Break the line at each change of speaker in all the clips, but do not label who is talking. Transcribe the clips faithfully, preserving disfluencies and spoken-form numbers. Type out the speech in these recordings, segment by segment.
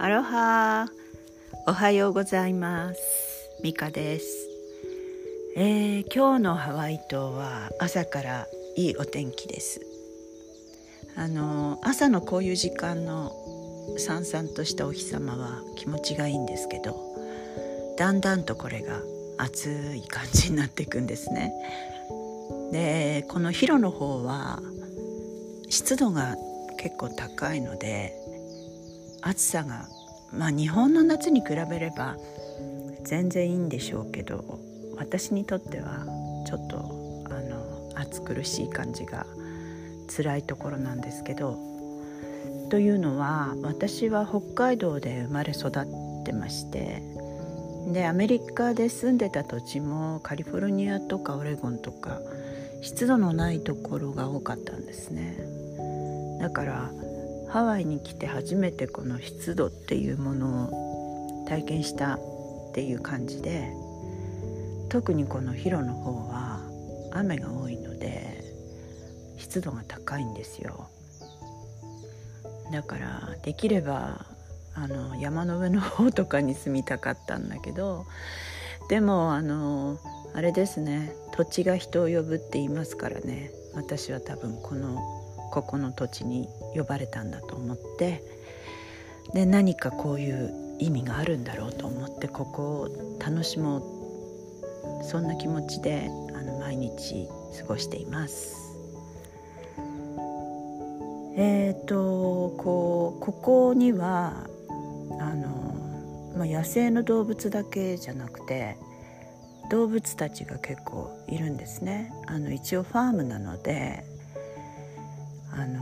アロハ、おはようございます。ミカです。えー、今日のハワイ島は朝からいいお天気です。あの朝のこういう時間のさんさんとしたお日様は気持ちがいいんですけど、だんだんとこれが暑い感じになっていくんですね。で、このヒロの方は湿度が結構高いので、暑さが、まあ、日本の夏に比べれば全然いいんでしょうけど、私にとってはちょっとあの暑苦しい感じが辛いところなんですけど、というのは私は北海道で生まれ育ってまして、でアメリカで住んでた土地もカリフォルニアとかオレゴンとか湿度のないところが多かったんですね。だからハワイに来て初めてこの湿度っていうものを体験したっていう感じで、特にこのヒロの方は雨が多いので湿度が高いんですよ。だからできればあの山の上の方とかに住みたかったんだけど、でもあのあれですね、土地が人を呼ぶって言いますからね、私は多分このここの土地に呼ばれたんだと思って、で何かこういう意味があるんだろうと思ってここを楽しもう、そんな気持ちであの毎日過ごしています。えーとこうここにはあの、まあ、野生の動物だけじゃなくて動物たちが結構いるんですね。あの一応ファームなので、あの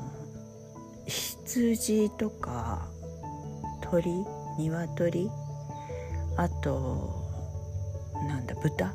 羊とか鳥、鶏、あとなんだ豚、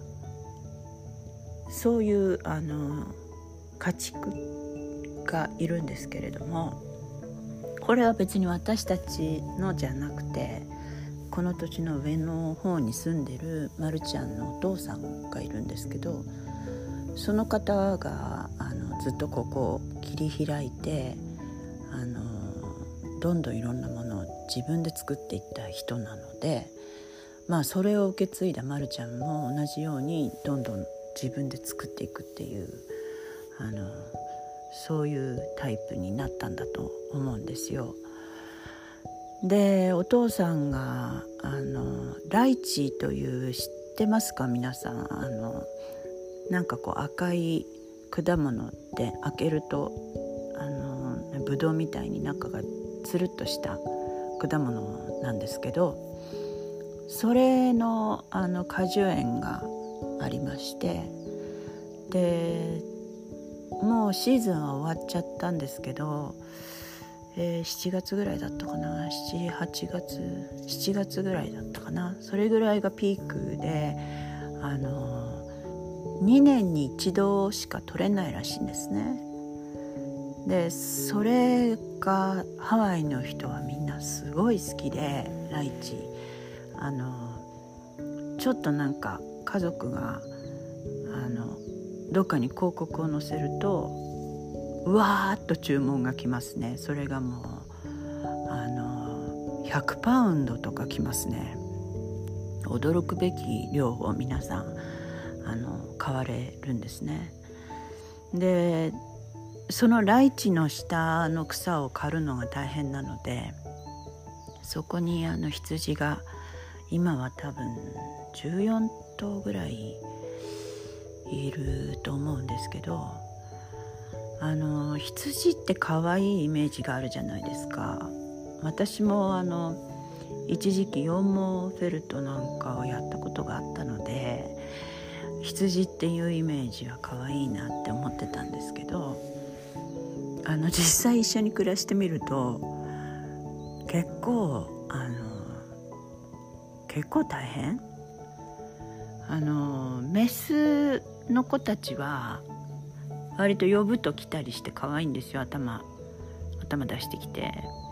そういうあの家畜がいるんですけれども、これは別に私たちのじゃなくて、この土地の上の方に住んでるまるちゃんのお父さんがいるんですけど、その方があのずっとここを切り開いて、あのどんどんいろんなものを自分で作っていった人なので、まあそれを受け継いだまるちゃんも同じようにどんどん自分で作っていくっていう、あのそういうタイプになったんだと思うんですよ。でお父さんがあのライチという、知ってますか皆さん。あのなんかこう赤い果物で開けるとあのブドウみたいに中がつるっとした果物なんですけど、それのあの果樹園がありまして、でもうシーズンは終わっちゃったんですけど、えー、しちがつぐらいだったかな、なな、はちがつしちがつぐらいだったかな、それぐらいがピークで、あのにねんに一度しか取れないらしいんですね。でそれがハワイの人はみんなすごい好きで、ライチあのちょっとなんか家族があのどっかに広告を載せるとうわーっと注文が来ますね。それがもうあのひゃくパウンドとか来ますね。驚くべき量を皆さんあの買われるんですね。でそのライチの下の草を刈るのが大変なので、そこにあの羊が今は多分じゅうよんとうぐらいいると思うんですけど、あの羊って可愛いイメージがあるじゃないですか。私もあの一時期羊毛フェルトなんかをやったことがあったので、羊っていうイメージは可愛いなって思ってたんですけど、あの実際一緒に暮らしてみると結構あの結構大変。あのメスの子たちは割と呼ぶと来たりして可愛いんですよ。頭頭出してきて、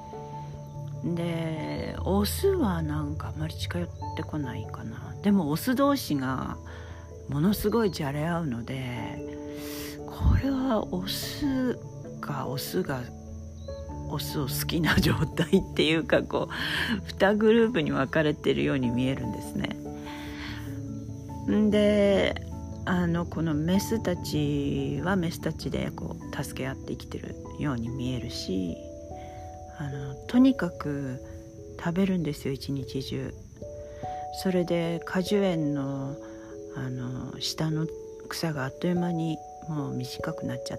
でオスはなんかあまり近寄ってこないかな。でもオス同士がものすごいじゃれ合うので、これはオスかオスがオスを好きな状態っていうか、こうにグループに分かれてるように見えるんですね。んであのこのメスたちはメスたちでこう助け合って生きてるように見えるし、あのとにかく食べるんですよ、一日中。それで果樹園のあの下の草があっという間にもう短くなっちゃって、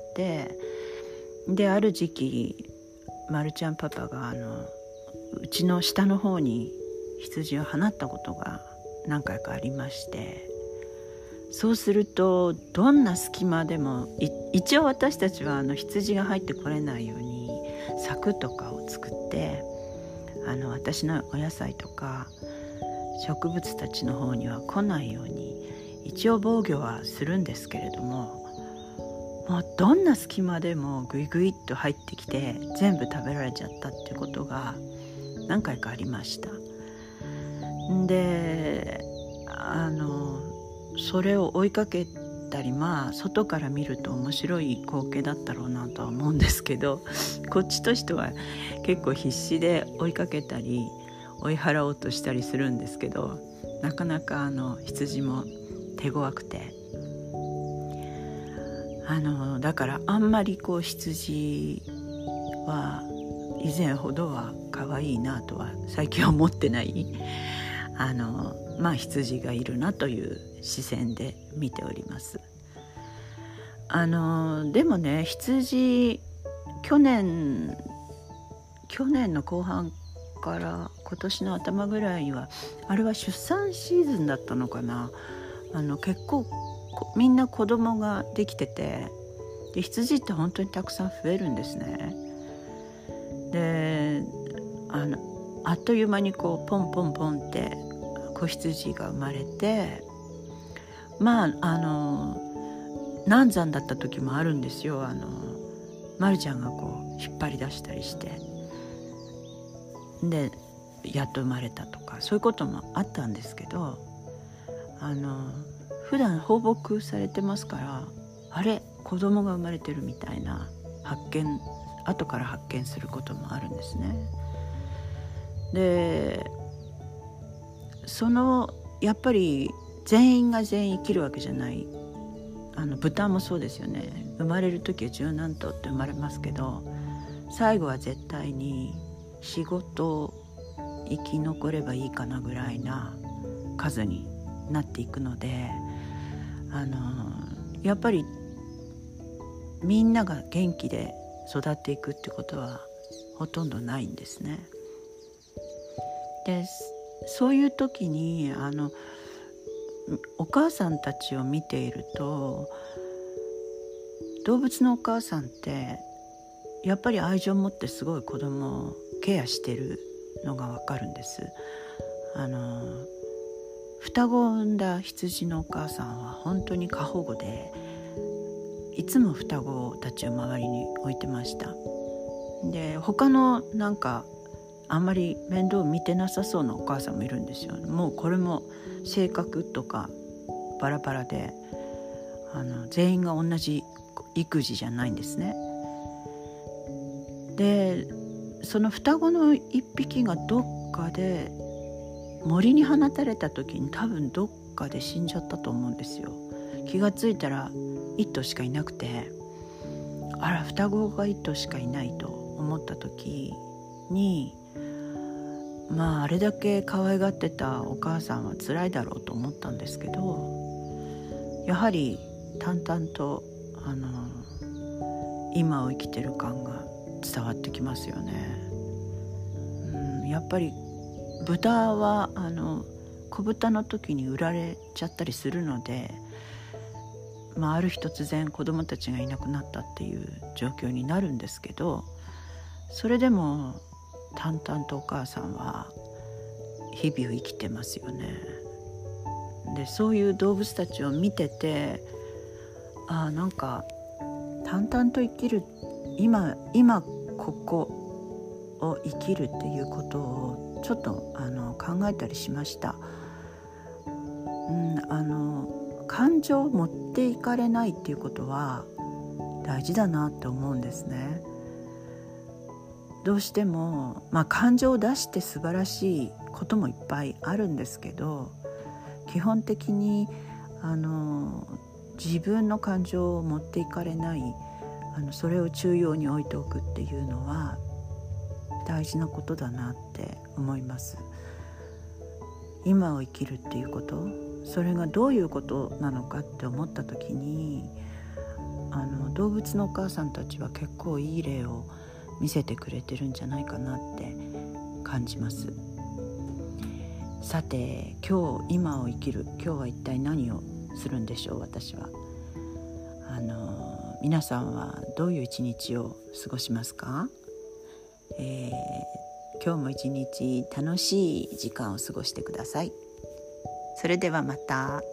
である時期まるちゃんパパがあのうちの下の方に羊を放ったことが何回かありまして、そうするとどんな隙間でも一応私たちはあの羊が入ってこれないように柵とかを作って、あの私のお野菜とか植物たちの方には来ないように一応防御はするんですけれども、もうどんな隙間でもグイグイっと入ってきて全部食べられちゃったっていうことが何回かありました。であのそれを追いかけたり、まあ外から見ると面白い光景だったろうなとは思うんですけど、こっちとしては結構必死で追いかけたり追い払おうとしたりするんですけど、なかなかあの羊も手強くて、あのだからあんまりこう羊は以前ほどは可愛いなとは最近は思ってない。あのまあ羊がいるなという視線で見ております。あのでもね、羊去年去年の後半から今年の頭ぐらいには、あれは出産シーズンだったのかな、あの結構みんな子供ができてて、で羊って本当にたくさん増えるんですね。であのあっという間にこうポンポンポンって子羊が生まれて、まああの難産だった時もあるんですよ。あのまるちゃんがこう引っ張り出したりして、でやっと生まれたとか、そういうこともあったんですけど、あの普段放牧されてますから、あれ子供が生まれてるみたいな発見、後から発見することもあるんですね。でそのやっぱり全員が全員生きるわけじゃない。あの豚もそうですよね。生まれる時は十何頭って生まれますけど、最後は絶対に仕事生き残ればいいかなぐらいな数になっていくので、あのやっぱりみんなが元気で育っていくってことはほとんどないんですね。でそういう時にあのお母さんたちを見ていると、動物のお母さんってやっぱり愛情を持ってすごい子供をケアしてるのがわかるんです。あの双子を産んだ羊のお母さんは本当に過保護で、いつも双子たちを周りに置いてました。で他のなんかあんまり面倒見てなさそうなお母さんもいるんですよ。もうこれも性格とかバラバラで、あの全員が同じ育児じゃないんですね。でその双子の一匹がどっかで森に放たれた時に、多分どっかで死んじゃったと思うんですよ。気がついたら一頭しかいなくて、あら双子が一頭しかいないと思った時に、まああれだけ可愛がってたお母さんは辛いだろうと思ったんですけど、やはり淡々とあの今を生きてる感が伝わってきますよね。うん、やっぱり豚はあの子豚の時に売られちゃったりするので、まあ、ある日突然子供たちがいなくなったっていう状況になるんですけど、それでも淡々とお母さんは日々を生きてますよね。でそういう動物たちを見てて、ああなんか淡々と生きる、今今ここを生きるっていうことをちょっとあの考えたりしました。うん、あの感情を持っていかれないっていうことは大事だなって思うんですね。 どうしても、まあ、感情を出して素晴らしいこともいっぱいあるんですけど、基本的にあの自分の感情を持っていかれない、あのそれを中央に置いておくっていうのは大事なことだなって思います。今を生きるっていうこと、それがどういうことなのかって思った時に、あの動物のお母さんたちは結構いい例を見せてくれてるんじゃないかなって感じます。さて、今日今を生きる、今日は一体何をするんでしょう。私はあの皆さんはどういう一日を過ごしますか？えー、今日も一日楽しい時間を過ごしてください。それではまた。